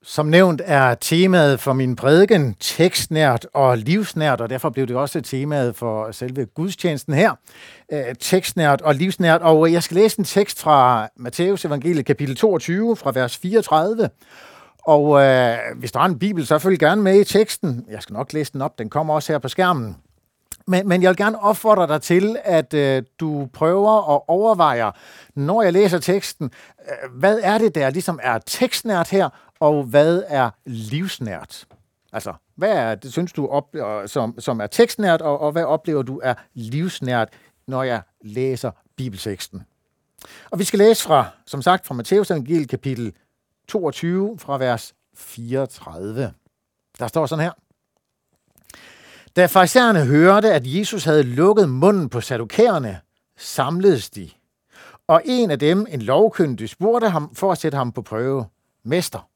Som nævnt er temaet for min prædiken tekstnært og livsnært, og derfor blev det også temaet for selve gudstjenesten her. Tekstnært og livsnært, og jeg skal læse en tekst fra Matteus evangeliet kapitel 22 fra vers 34. Og hvis der er en bibel, så følg gerne med i teksten. Jeg skal nok læse den op, den kommer også her på skærmen. Men jeg vil gerne opfordre dig til, at du prøver at overveje, når jeg læser teksten, hvad er det, der ligesom er tekstnært her, og hvad er livsnært? Altså, hvad er det, synes du, som er tekstnært, og hvad oplever du er livsnært, når jeg læser bibelteksten? Og vi skal læse fra Matteus evangeliet kapitel 22, fra vers 34. Der står sådan her. Da farisæerne hørte, at Jesus havde lukket munden på saddukæerne, samledes de. Og en af dem, en lovkyndig, spurgte ham for at sætte ham på prøve. Mester,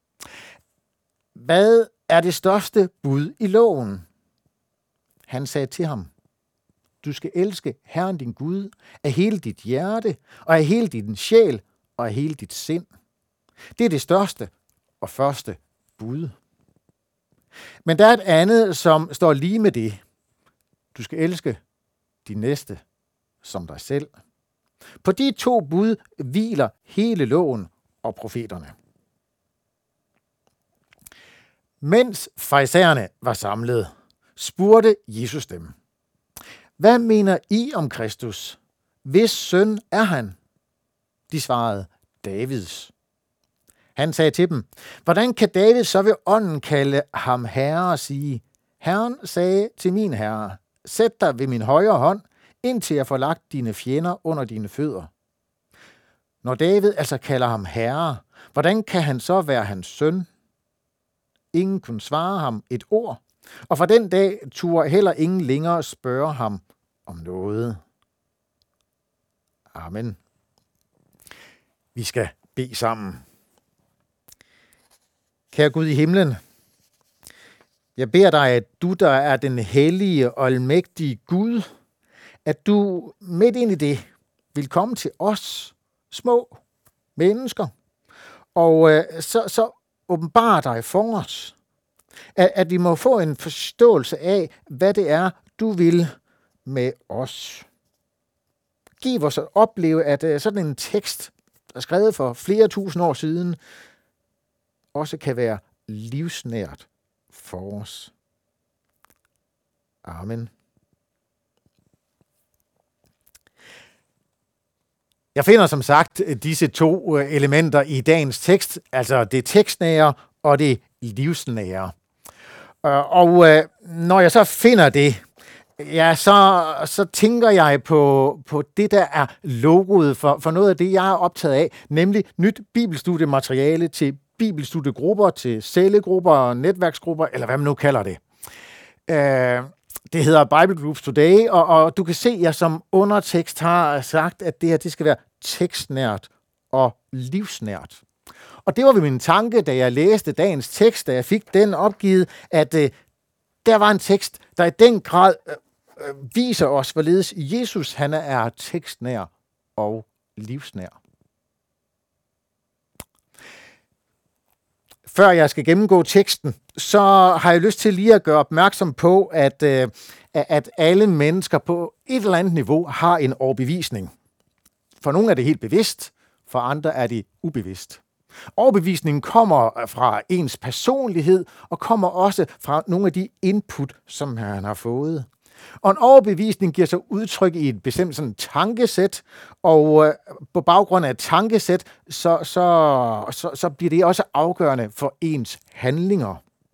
hvad er det største bud i loven? Han sagde til ham, du skal elske Herren din Gud af hele dit hjerte, og af hele din sjæl, og af hele dit sind. Det er det største og første bud. Men der er et andet, som står lige med det. Du skal elske din næste som dig selv. På de to bud hviler hele loven og profeterne. Mens farisæerne var samlet, spurgte Jesus dem. Hvad mener I om Kristus? Hvis søn er han? De svarede, Davids. Han sagde til dem, hvordan kan David så ved ånden kalde ham herre og sige, Herren sagde til min herre, sæt dig ved min højre hånd, indtil jeg får lagt dine fjender under dine fødder. Når David altså kalder ham herre, hvordan kan han så være hans søn? Ingen kunne svare ham et ord, og fra den dag turde heller ingen længere spørge ham om noget. Amen. Vi skal bede sammen. Kære Gud i himlen, jeg beder dig, at du, der er den hellige og almægtige Gud, at du midt ind i det vil komme til os, små mennesker, og så åbenbare dig for os. At vi må få en forståelse af, hvad det er, du vil med os. Giv os at opleve, at sådan en tekst, der er skrevet for flere tusind år siden, også kan være livsnært for os. Amen. Jeg finder som sagt disse to elementer i dagens tekst, altså det tekstnære og det livsnære. Og når jeg så finder det, ja, så tænker jeg på det, der er logoet for noget af det, jeg er optaget af, nemlig nyt bibelstudiemateriale til bibelstudiegrupper, til cellegrupper, netværksgrupper, eller hvad man nu kalder det. Det hedder Bible Groups Today, og du kan se, at jeg som undertekst har sagt, at det her det skal være tekstnært og livsnært. Og det var ved min tanke, da jeg læste dagens tekst, da jeg fik den opgivet, at der var en tekst, der i den grad viser os, hvorledes Jesus han er tekstnær og livsnær. Før jeg skal gennemgå teksten, så har jeg lyst til lige at gøre opmærksom på, at alle mennesker på et eller andet niveau har en overbevisning. For nogle er det helt bevidst, for andre er det ubevidst. Overbevisningen kommer fra ens personlighed, og kommer også fra nogle af de input, som han har fået. Og en overbevisning giver sig udtryk i et bestemt sådan tankesæt, og på baggrund af et tankesæt, så bliver det også afgørende for ens handlinger.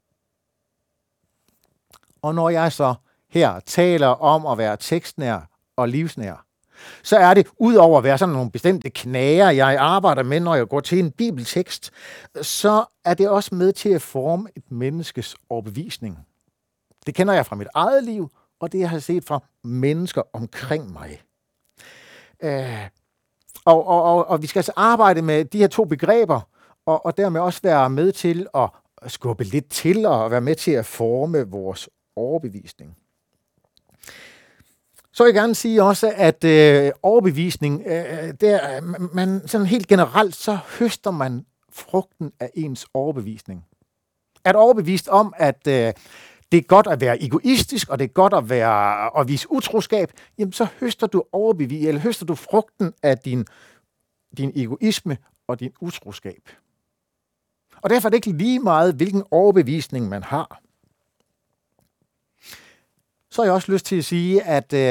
Og når jeg så her taler om at være tekstnær og livsnær, så er det, udover at være sådan nogle bestemte knager, jeg arbejder med, når jeg går til en bibeltekst, så er det også med til at forme et menneskes overbevisning. Det kender jeg fra mit eget liv, og det jeg har set fra mennesker omkring mig. Og vi skal altså arbejde med de her to begreber, og dermed også være med til at skubbe lidt til, og være med til at forme vores overbevisning. Så vil jeg gerne sige også, at overbevisning, man sådan helt generelt, så høster man frugten af ens overbevisning. Er du overbevist om, at det er godt at være egoistisk, og det er godt at vise utroskab, jamen så høster du frugten af din egoisme og din utroskab. Og derfor er det ikke lige meget, hvilken overbevisning man har. Så har jeg også lyst til at sige,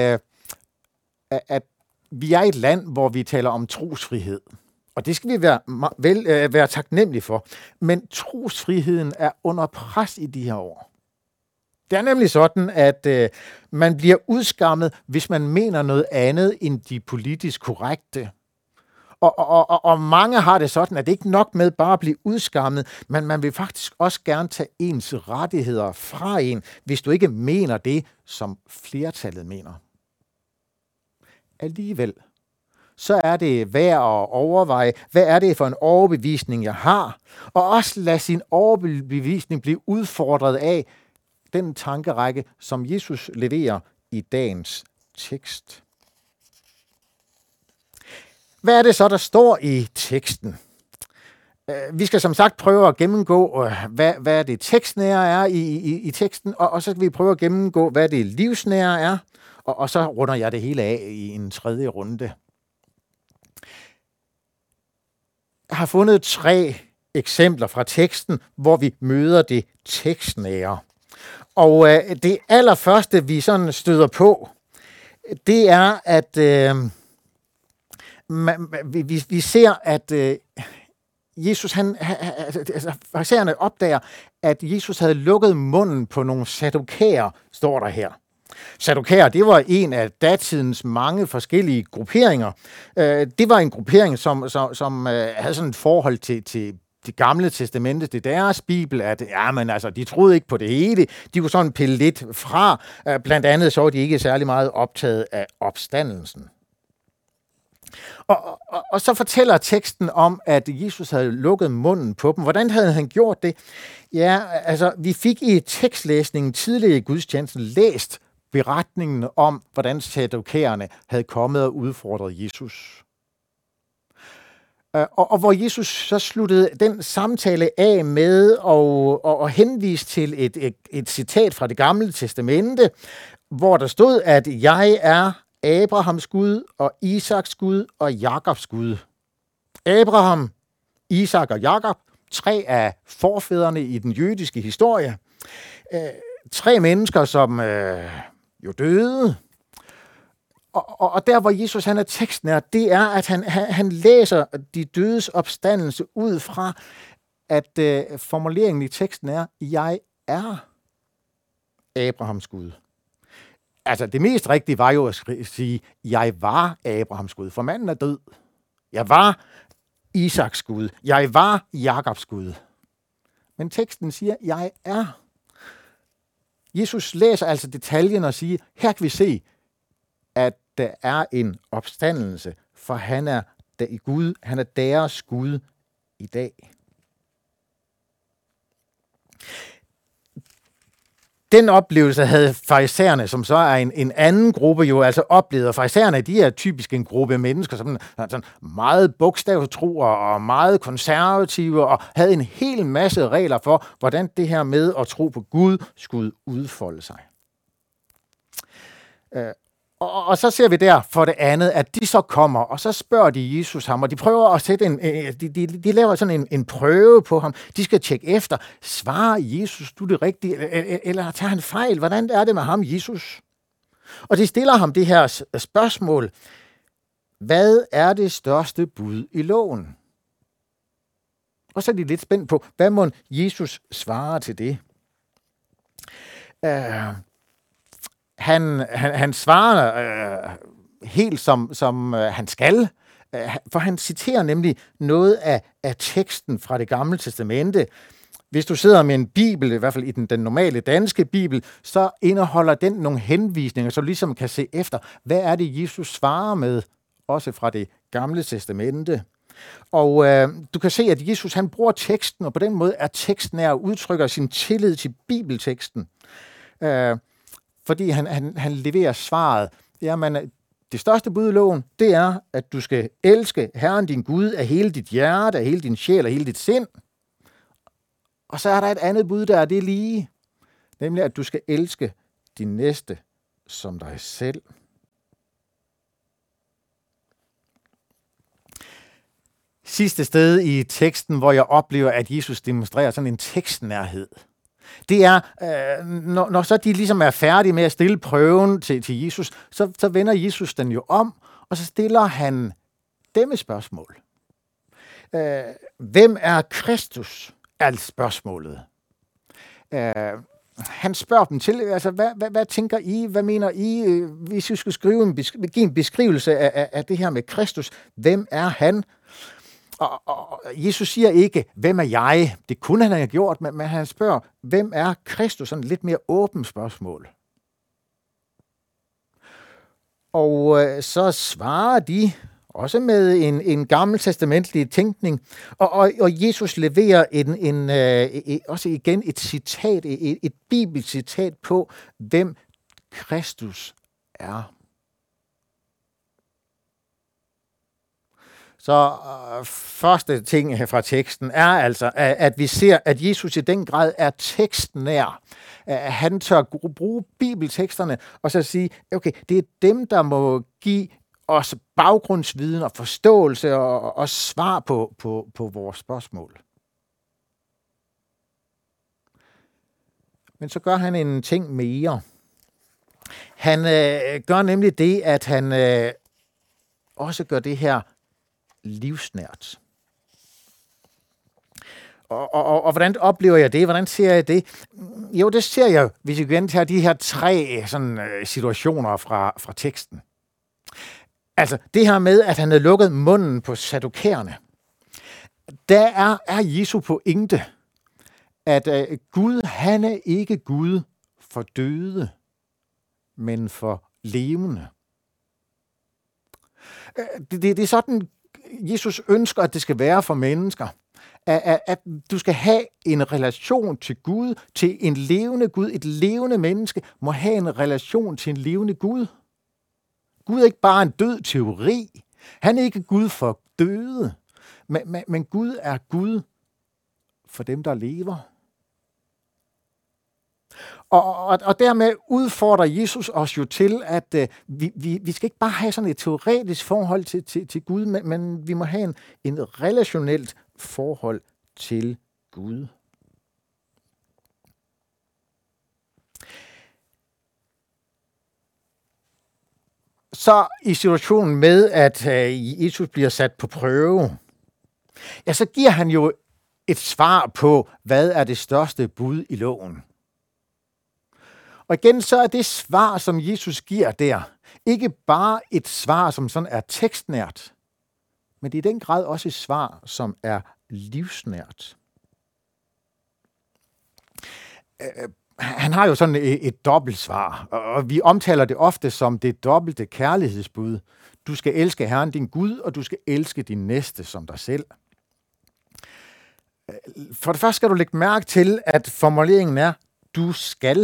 at vi er et land, hvor vi taler om trosfrihed. Og det skal vi være taknemmelige for. Men trosfriheden er under pres i de her år. Det er nemlig sådan, at man bliver udskammet, hvis man mener noget andet end de politisk korrekte. Og mange har det sådan, at det ikke nok med bare at blive udskammet, men man vil faktisk også gerne tage ens rettigheder fra en, hvis du ikke mener det, som flertallet mener. Alligevel, så er det værd at overveje, hvad er det for en overbevisning, jeg har, og også lade sin overbevisning blive udfordret af den tankerække, som Jesus leverer i dagens tekst. Hvad er det så, der står i teksten? Vi skal som sagt prøve at gennemgå, hvad det tekstnære er i teksten, og så skal vi prøve at gennemgå, hvad det livsnære er, og så runder jeg det hele af i en tredje runde. Jeg har fundet 3 eksempler fra teksten, hvor vi møder det tekstnære. Og det allerførste, vi sådan støder på, det er, at vi ser, at Jesus, farisæerne opdager, at Jesus havde lukket munden på nogle saddukæer, står der her. Saddukæer, det var en af datidens mange forskellige grupperinger. Det var en gruppering, som havde sådan et forhold til det gamle testamente, det deres bibel, at de troede ikke på det hele. De kunne sådan pille lidt fra. Blandt andet så var de ikke særlig meget optaget af opstandelsen. Og så fortæller teksten om, at Jesus havde lukket munden på dem. Hvordan havde han gjort det? Ja, altså, vi fik i tekstlæsningen tidligere i gudstjenesten læst beretningen om, hvordan saddukæerne havde kommet og udfordret Jesus. Og hvor Jesus så sluttede den samtale af med at henvise til et citat fra det gamle testamente, hvor der stod, at jeg er Abrahams Gud og Isaks Gud og Jakobs Gud. Abraham, Isak og Jakob, 3 af forfædrene i den jødiske historie. 3 mennesker, som jo døde. Og der, hvor Jesus han er tekstnær, det er, at han læser de dødes opstandelse ud fra, at formuleringen i teksten er, jeg er Abrahams Gud. Altså, det mest rigtige var jo at sige, jeg var Abrahams Gud, for manden er død. Jeg var Isaks Gud. Jeg var Jakobs Gud. Men teksten siger, jeg er. Jesus læser altså detaljen og siger, her kan vi se, at der er en opstandelse, for han er Gud, han er deres Gud i dag. Den oplevelse havde farisæerne, som så er en anden gruppe, jo altså oplevet. Og farisæerne, de er typisk en gruppe mennesker, som sådan meget bogstavtro og meget konservative, og havde en hel masse regler for, hvordan det her med at tro på Gud skulle udfolde sig. Og så ser vi der for det andet, at de så kommer, og så spørger de Jesus ham, og de prøver at sætte de laver sådan en prøve på ham. De skal tjekke efter, svarer Jesus du det rigtige, eller tager han fejl? Hvordan er det med ham, Jesus? Og de stiller ham det her spørgsmål. Hvad er det største bud i loven? Og så er de lidt spændt på, hvad må Jesus svare til det? Han svarer helt som han skal, for han citerer nemlig noget af teksten fra det gamle testamente. Hvis du sidder med en bibel, i hvert fald i den normale danske bibel, så indeholder den nogle henvisninger, så du ligesom kan se efter, hvad er det, Jesus svarer med, også fra det gamle testamente. Og du kan se, at Jesus han bruger teksten, og på den måde er tekstnær og udtrykker sin tillid til bibelteksten. Fordi han leverer svaret. Jamen, Det største bud i loven, det er, at du skal elske Herren din Gud af hele dit hjerte, af hele din sjæl og hele dit sind. Og så er der et andet bud, der er det lige, nemlig at du skal elske din næste som dig selv. Sidste sted i teksten, hvor jeg oplever, at Jesus demonstrerer sådan en tekstnærhed, det er, når så de ligesom er færdige med at stille prøven til Jesus, så vender Jesus den jo om, og så stiller han dem et spørgsmål. Hvem er Kristus? Er spørgsmålet. Han spørger dem til, altså, hvad tænker I? Hvad mener I? Hvis I skulle give en beskrivelse af det her med Kristus, hvem er han? Og Jesus siger ikke, hvem er jeg? Det kunne han have gjort, men han spørger, hvem er Kristus? Sådan et lidt mere åbent spørgsmål. Og så svarer de, også med en gammeltestamentlig tænkning, og Jesus leverer også igen et citat, et bibelcitat på, hvem Kristus er. Så første ting her fra teksten er altså, at vi ser, at Jesus i den grad er tekstnær. Han tør bruge bibelteksterne og så sige, okay, det er dem, der må give os baggrundsviden og forståelse og svar på vores spørgsmål. Men så gør han en ting mere. Han gør nemlig det, at han også gør det her livsnært. Og hvordan oplever jeg det? Hvordan ser jeg det? Jo, det ser jeg, hvis vi gentager de her 3 situationer fra teksten. Altså, det her med, at han havde lukket munden på sadukærerne. Der er Jesu pointe, at Gud, han er ikke Gud for døde, men for levende. Det er sådan, Jesus ønsker, at det skal være for mennesker. At du skal have en relation til Gud, til en levende Gud. Et levende menneske må have en relation til en levende Gud. Gud er ikke bare en død teori. Han er ikke Gud for døde. Men Gud er Gud for dem, der lever. Og dermed udfordrer Jesus os jo til, at vi skal ikke bare have sådan et teoretisk forhold til Gud, men vi må have en relationelt forhold til Gud. Så i situationen med, at Jesus bliver sat på prøve, ja, så giver han jo et svar på, hvad er det største bud i loven. Og igen, så er det svar, som Jesus giver der, ikke bare et svar, som sådan er tekstnært, men det er i den grad også et svar, som er livsnært. Han har jo sådan et dobbelt svar, og vi omtaler det ofte som det dobbelte kærlighedsbud. Du skal elske Herren din Gud, og du skal elske din næste som dig selv. For det første skal du lægge mærke til, at formuleringen er, du skal.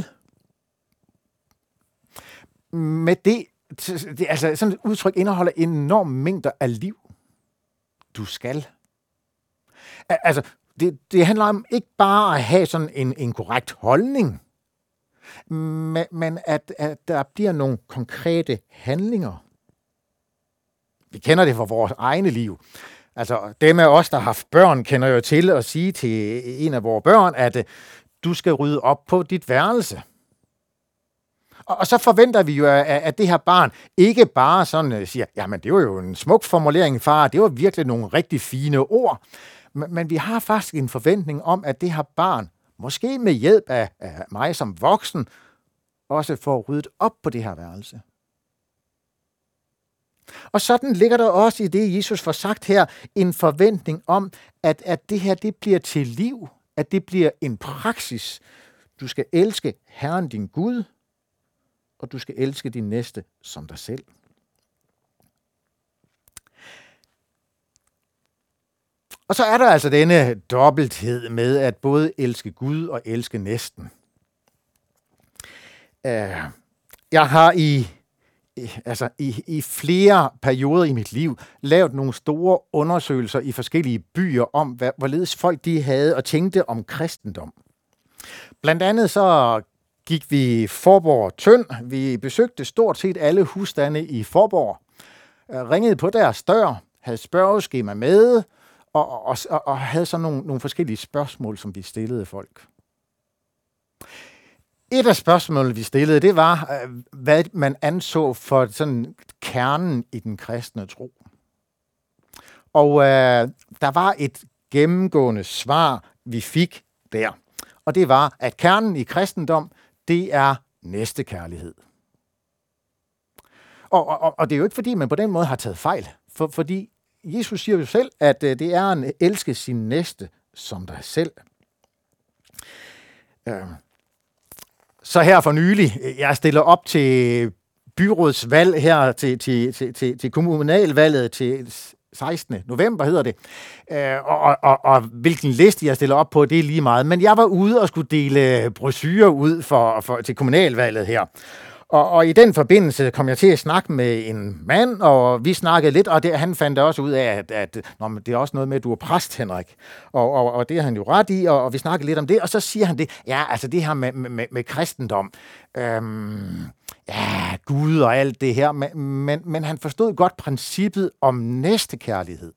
Med det altså sådan et udtryk indeholder enorme mængder af liv. Du skal. Altså, det handler om ikke bare at have sådan en korrekt holdning, men at der bliver nogle konkrete handlinger. Vi kender det fra vores egne liv. Altså, dem af os, der har haft børn, kender jo til at sige til en af vores børn, at du skal rydde op på dit værelse. Og så forventer vi jo, at det her barn ikke bare sådan siger, jamen det var jo en smuk formulering, far, det var virkelig nogle rigtig fine ord. Men vi har faktisk en forventning om, at det her barn, måske med hjælp af mig som voksen, også får ryddet op på det her værelse. Og sådan ligger der også i det, Jesus får sagt her, en forventning om, at det her det bliver til liv, at det bliver en praksis. Du skal elske Herren din Gud, og du skal elske din næste som dig selv. Og så er der altså denne dobbelthed med at både elske Gud og elske næsten. Jeg har i flere perioder i mit liv lavet nogle store undersøgelser i forskellige byer om, hvorledes folk de havde og tænkte om kristendom. Blandt andet så gik vi Faaborg Tønd. Vi besøgte stort set alle husstande i Faaborg, ringede på deres dør, havde spørgeskema med, og havde så nogle forskellige spørgsmål, som vi stillede folk. Et af spørgsmålene, vi stillede, det var, hvad man anså for sådan kernen i den kristne tro. Og der var et gennemgående svar, vi fik der. Og det var, at kernen i kristendom, det er næstekærlighed. Og det er jo ikke, fordi man på den måde har taget fejl. Fordi Jesus siger jo selv, at det er at elske sin næste som dig selv. Så her for nylig, jeg stiller op til byrådsvalg her til kommunalvalget til 16. november hedder det. Og hvilken liste jeg stiller op på, det er lige meget. Men jeg var ude og skulle dele brochurer ud til kommunalvalget her. Og i den forbindelse kom jeg til at snakke med en mand, og vi snakkede lidt, og han fandt også ud af, at det er også noget med, at du er præst, Henrik. Og det har han jo ret i, og vi snakkede lidt om det, og så siger han det, ja, altså det her med kristendom, Gud og alt det her, men han forstod godt princippet om næstekærlighed.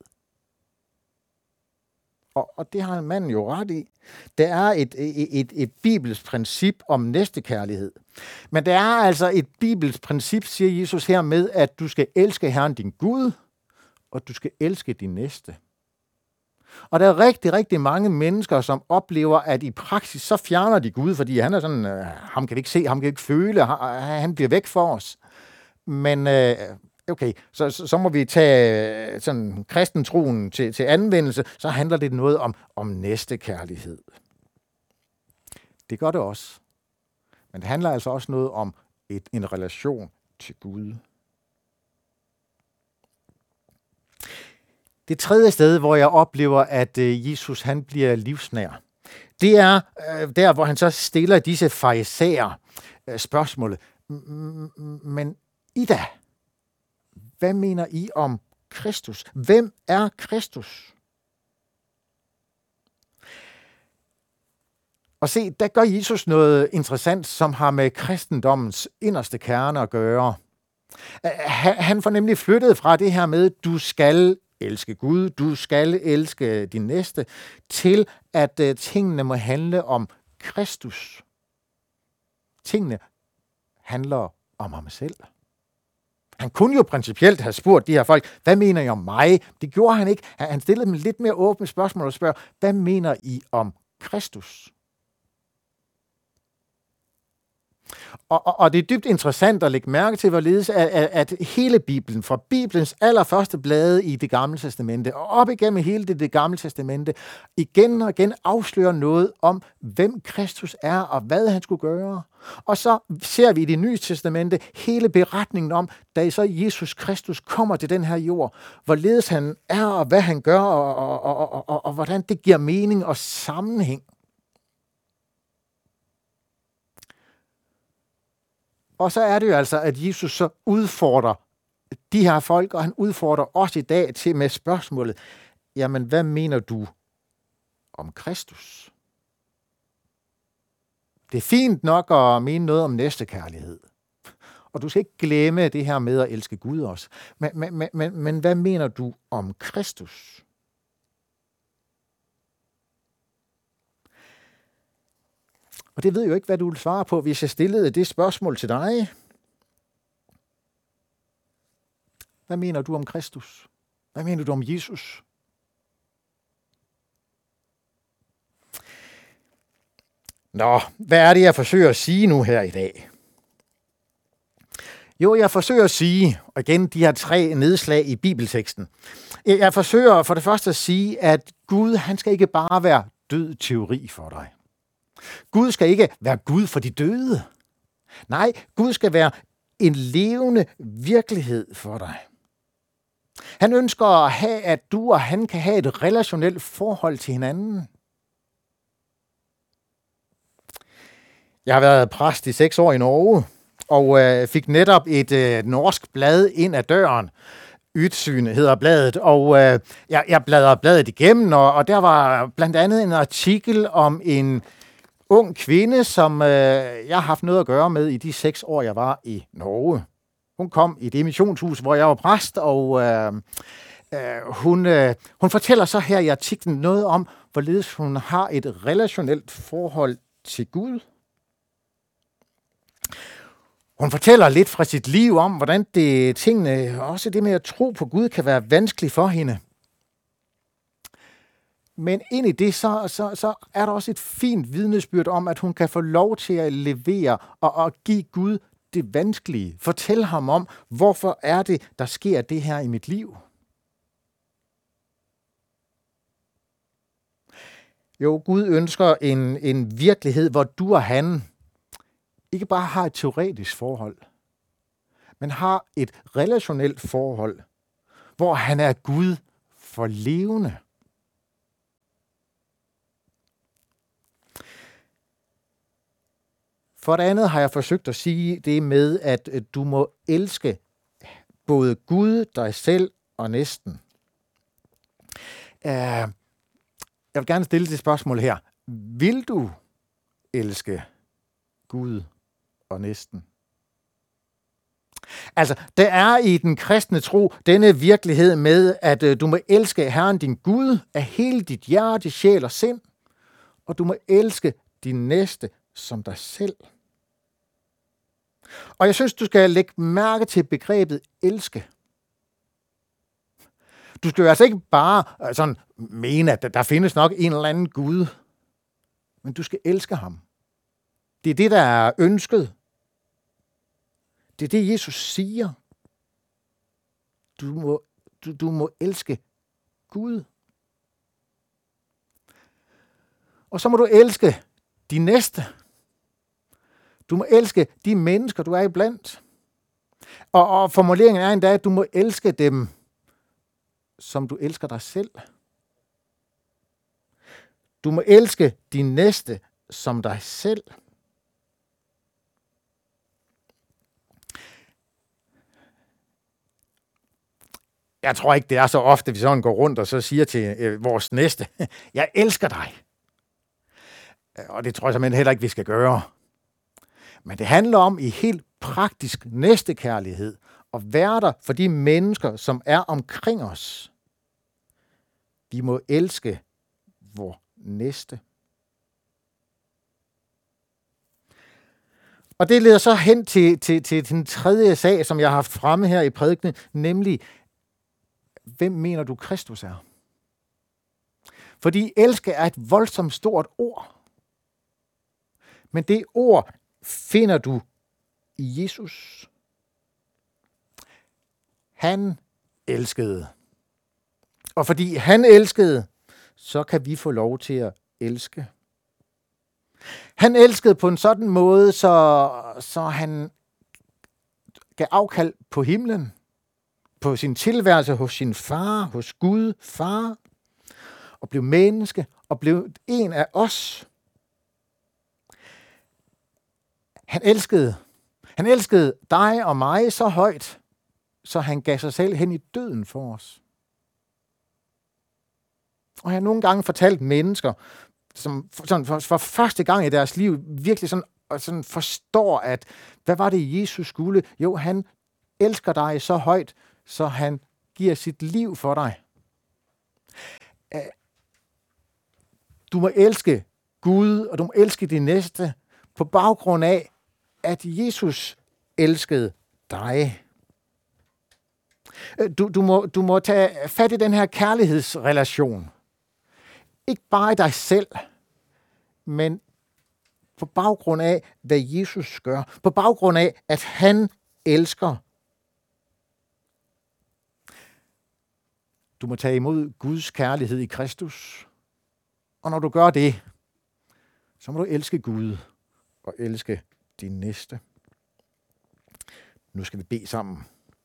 Og det har manden jo ret i. Der er et bibelsk princip om næstekærlighed. Men der er altså et bibelsk princip, siger Jesus her med, at du skal elske Herren din Gud, og du skal elske din næste. Og der er rigtig, rigtig mange mennesker, som oplever, at i praksis så fjerner de Gud, fordi han er sådan, ham kan vi ikke se, ham kan vi ikke føle, han bliver væk for os. Men okay, så må vi tage sådan kristentroen til anvendelse, så handler det noget om næstekærlighed. Det gør det også. Men det handler altså også noget om en relation til Gud. Det tredje sted, hvor jeg oplever, at Jesus han bliver livsnær, det er der, hvor han så stiller disse farisæer spørgsmålet. Men Ida, hvad mener I om Kristus? Hvem er Kristus? Og se, der gør Jesus noget interessant, som har med kristendommens inderste kerne at gøre. Han får nemlig flyttet fra det her med, du skal elske Gud, du skal elske din næste, til at tingene må handle om Kristus. Tingene handler om ham selv. Han kunne jo principielt have spurgt de her folk, hvad mener I om mig? Det gjorde han ikke. Han stillede dem lidt mere åbne spørgsmål og spørger, hvad mener I om Kristus? Og det er dybt interessant at lægge mærke til, hvorledes at hele Bibelen, fra Bibelens allerførste blade i Det Gamle Testamente, og op igennem hele det Gamle Testamente, igen og igen afslører noget om, hvem Kristus er, og hvad han skulle gøre. Og så ser vi i Det Nye Testamente hele beretningen om, da så Jesus Kristus kommer til den her jord, hvorledes han er, og hvad han gør, og hvordan det giver mening og sammenhæng. Og så er det jo altså, at Jesus så udfordrer de her folk, og han udfordrer os i dag til med spørgsmålet, jamen hvad mener du om Kristus? Det er fint nok at mene noget om næstekærlighed. Og du skal ikke glemme det her med at elske Gud også. Men hvad mener du om Kristus? Og det ved jeg jo ikke, hvad du vil svare på, hvis jeg stillede det spørgsmål til dig. Hvad mener du om Kristus? Hvad mener du om Jesus? Nå, hvad er det, jeg forsøger at sige nu her i dag? Jo, jeg forsøger at sige, og igen de her 3 nedslag i bibelteksten. Jeg forsøger for det første at sige, at Gud, han skal ikke bare være død teori for dig. Gud skal ikke være Gud for de døde. Nej, Gud skal være en levende virkelighed for dig. Han ønsker at have, at du og han kan have et relationelt forhold til hinanden. Jeg har været præst i 6 år i Norge, og fik netop et norsk blad ind ad døren. Ytsyn hedder bladet, og jeg bladrede bladet igennem, og der var blandt andet en artikel om en ung kvinde, som jeg har haft noget at gøre med i de 6 år, jeg var i Norge. Hun kom i det missionshus, hvor jeg var præst, og hun fortæller så her i artiklen noget om, hvorledes hun har et relationelt forhold til Gud. Hun fortæller lidt fra sit liv om, hvordan tingene, også det med at tro på Gud, kan være vanskeligt for hende. Men ind i det, så er der også et fint vidnesbyrd om, at hun kan få lov til at levere og give Gud det vanskelige. Fortæl ham om, hvorfor er det, der sker det her i mit liv. Jo, Gud ønsker en virkelighed, hvor du og han ikke bare har et teoretisk forhold, men har et relationelt forhold, hvor han er Gud for levende. For det andet har jeg forsøgt at sige det med, at du må elske både Gud, dig selv og næsten. Jeg vil gerne stille det spørgsmål her. Vil du elske Gud og næsten? Altså, der er i den kristne tro denne virkelighed med, at du må elske Herren din Gud af hele dit hjerte, sjæl og sind, og du må elske din næste som dig selv. Og jeg synes, du skal lægge mærke til begrebet elske. Du skal jo altså ikke bare sådan mene, at der findes nok en eller anden Gud, men du skal elske ham. Det er det, der er ønsket. Det er det, Jesus siger. Du må elske Gud. Og så må du elske de næste. Du må elske de mennesker, du er iblandt. Og formuleringen er endda, at du må elske dem, som du elsker dig selv. Du må elske de næste som dig selv. Jeg tror ikke, det er så ofte, vi sådan går rundt og så siger til vores næste, jeg elsker dig. Og det tror jeg simpelthen heller ikke, vi skal gøre. Men det handler om i helt praktisk næstekærlighed at være der for de mennesker, som er omkring os. Vi må elske vor næste. Og det leder så hen til den tredje sag, som jeg har haft fremme her i prædikenen, nemlig, hvem mener du Kristus er? Fordi elske er et voldsomt stort ord. Men det ord finder du i Jesus. Han elskede. Og fordi han elskede, så kan vi få lov til at elske. Han elskede på en sådan måde, så han gav afkald på himlen, på sin tilværelse hos sin far, hos Gud, far, og blev menneske, og blev en af os. Han elskede dig og mig så højt, så han gav sig selv hen i døden for os. Og jeg har nogle gange fortalt mennesker, som for første gang i deres liv virkelig sådan forstår, at hvad var det, Jesus skulle? Jo, han elsker dig så højt, så han giver sit liv for dig. Du må elske Gud, og du må elske din næste på baggrund af, at Jesus elskede dig. Du må tage fat i den her kærlighedsrelation. Ikke bare i dig selv, men på baggrund af, hvad Jesus gør. På baggrund af, at han elsker. Du må tage imod Guds kærlighed i Kristus. Og når du gør det, så må du elske Gud og elske din næste. Nu skal vi bede sammen.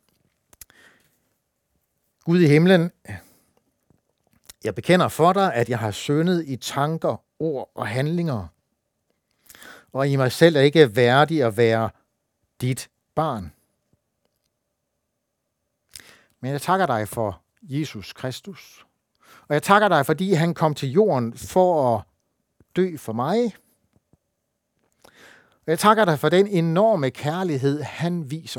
Gud i himlen, jeg bekender for dig, at jeg har syndet i tanker, ord og handlinger, og i mig selv er ikke værdig at være dit barn. Men jeg takker dig for Jesus Kristus. Og jeg takker dig, fordi han kom til jorden for at dø for mig. Og jeg takker dig for den enorme kærlighed, han viser.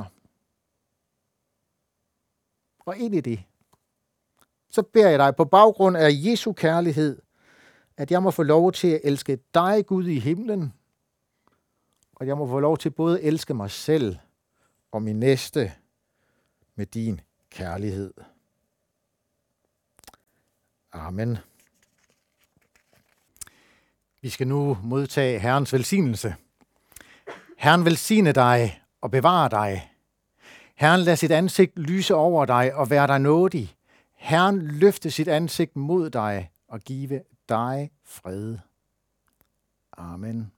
Og ind i det, så beder jeg dig på baggrund af Jesu kærlighed, at jeg må få lov til at elske dig, Gud i himlen, og jeg må få lov til både at elske mig selv og min næste med din kærlighed. Amen. Vi skal nu modtage Herrens velsignelse. Herren velsigne dig og bevare dig. Herren lad sit ansigt lyse over dig og være dig nådig. Herren løfte sit ansigt mod dig og give dig fred. Amen.